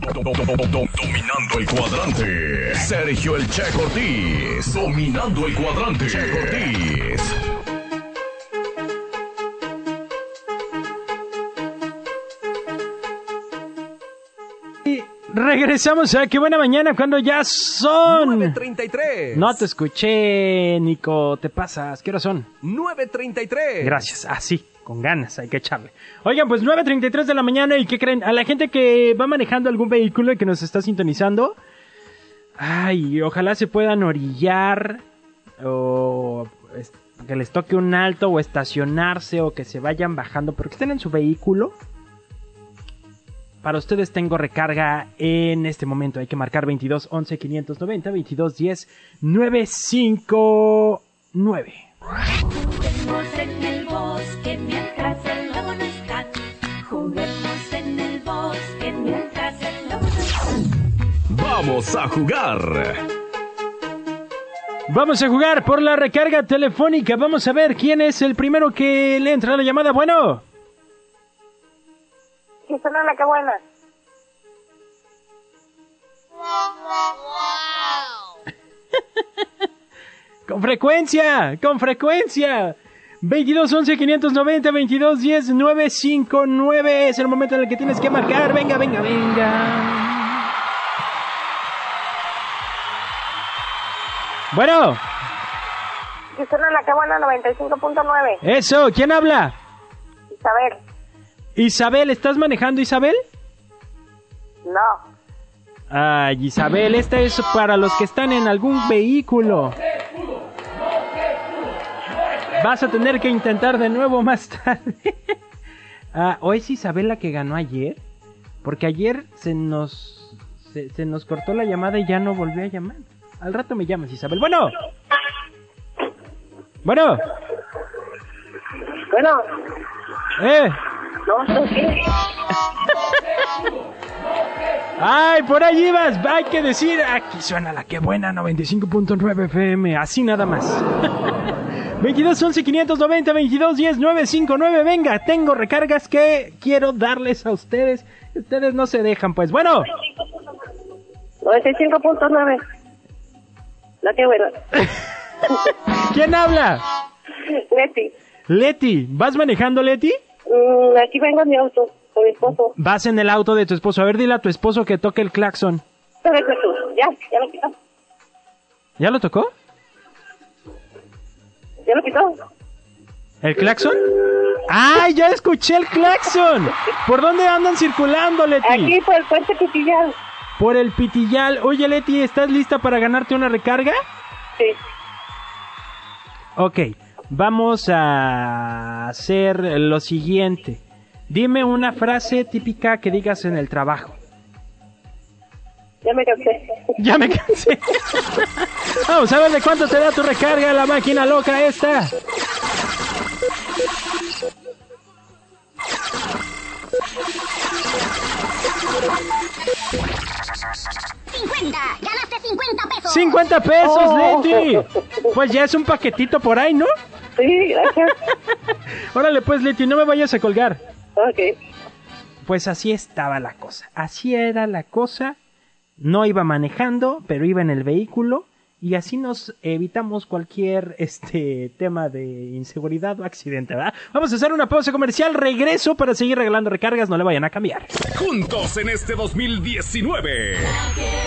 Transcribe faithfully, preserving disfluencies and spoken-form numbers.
Dominando el cuadrante. Sergio el Checo Ortiz. Dominando el cuadrante. Checo Ortiz. Regresamos a Qué Buena Mañana cuando ya son nueve treinta y tres. No te escuché, Nico, te pasas. ¿Qué hora son? nueve treinta y tres. Gracias, así, ah, con ganas, hay que echarle. Oigan, pues nueve treinta y tres de la mañana. ¿Y qué creen? A la gente que va manejando algún vehículo y que nos está sintonizando, ay, ojalá se puedan orillar o que les toque un alto o estacionarse o que se vayan bajando, pero que estén en su vehículo. Para ustedes tengo recarga en este momento. Hay que marcar veintidós once quinientos noventa, veintidós diez novecientos cincuenta y nueve. Juguemos en el bosque mientras el lobo no está. Juguemos en el bosque mientras el lobo no está. Vamos a jugar. Vamos a jugar por la recarga telefónica. Vamos a ver quién es el primero que le entra la llamada. Bueno. Sí, suena la que buena. Con frecuencia, con frecuencia. veintidós once quinientos noventa, veintidós diez novecientos cincuenta y nueve es el momento en el que tienes que marcar. Venga, venga, venga. Bueno. Sí, suena la que buena, noventa y cinco punto nueve. Eso, ¿quién habla? Isabel. Isabel, ¿estás manejando, Isabel? No. Ay, Isabel, esta es para los que están en algún vehículo. Vas a tener que intentar de nuevo más tarde. Ah, ¿o es Isabel la que ganó ayer? Porque ayer se nos se, se nos cortó la llamada y ya no volvió a llamar. Al rato me llamas, Isabel. Bueno. Bueno. Bueno. Eh. No sé qué. Ay, por ahí ibas. Hay que decir, aquí suena la que buena noventa y cinco punto nueve F M. Así nada más. veintidós once quinientos noventa, veintidós diez novecientos cincuenta y nueve. Venga, tengo recargas que quiero darles a ustedes. Ustedes no se dejan, pues. Bueno. noventa y cinco punto nueve. La que buena. ¿Quién habla? Leti. Leti. ¿Vas manejando, Leti? Mm, aquí vengo en mi auto, con mi esposo. Vas en el auto de tu esposo. A ver, dile a tu esposo que toque el claxon. Ya, ya lo quitó. ¿Ya lo tocó? ¿Ya lo quitó? ¿El claxon? ¡Ay, ya escuché el claxon! ¿Por dónde andan circulando, Leti? Aquí por el puente Pitillal. Por el Pitillal. Oye, Leti, ¿estás lista para ganarte una recarga? Sí. Ok, vamos a hacer lo siguiente. Dime una frase típica que digas en el trabajo. Ya me cansé. Ya me cansé. Vamos a ver de cuánto te da tu recarga la máquina loca esta. cincuenta, ganaste cincuenta pesos. cincuenta pesos, Oh. Leti. Pues ya es un paquetito por ahí, ¿no? Sí, gracias. Órale, pues, Leti, no me vayas a colgar. Ok. Pues así estaba la cosa. Así era la cosa. No iba manejando, pero iba en el vehículo. Y así nos evitamos cualquier este tema de inseguridad o accidente, ¿verdad? Vamos a hacer una pausa comercial. Regreso para seguir regalando recargas. No le vayan a cambiar. Juntos en este dos mil diecinueve.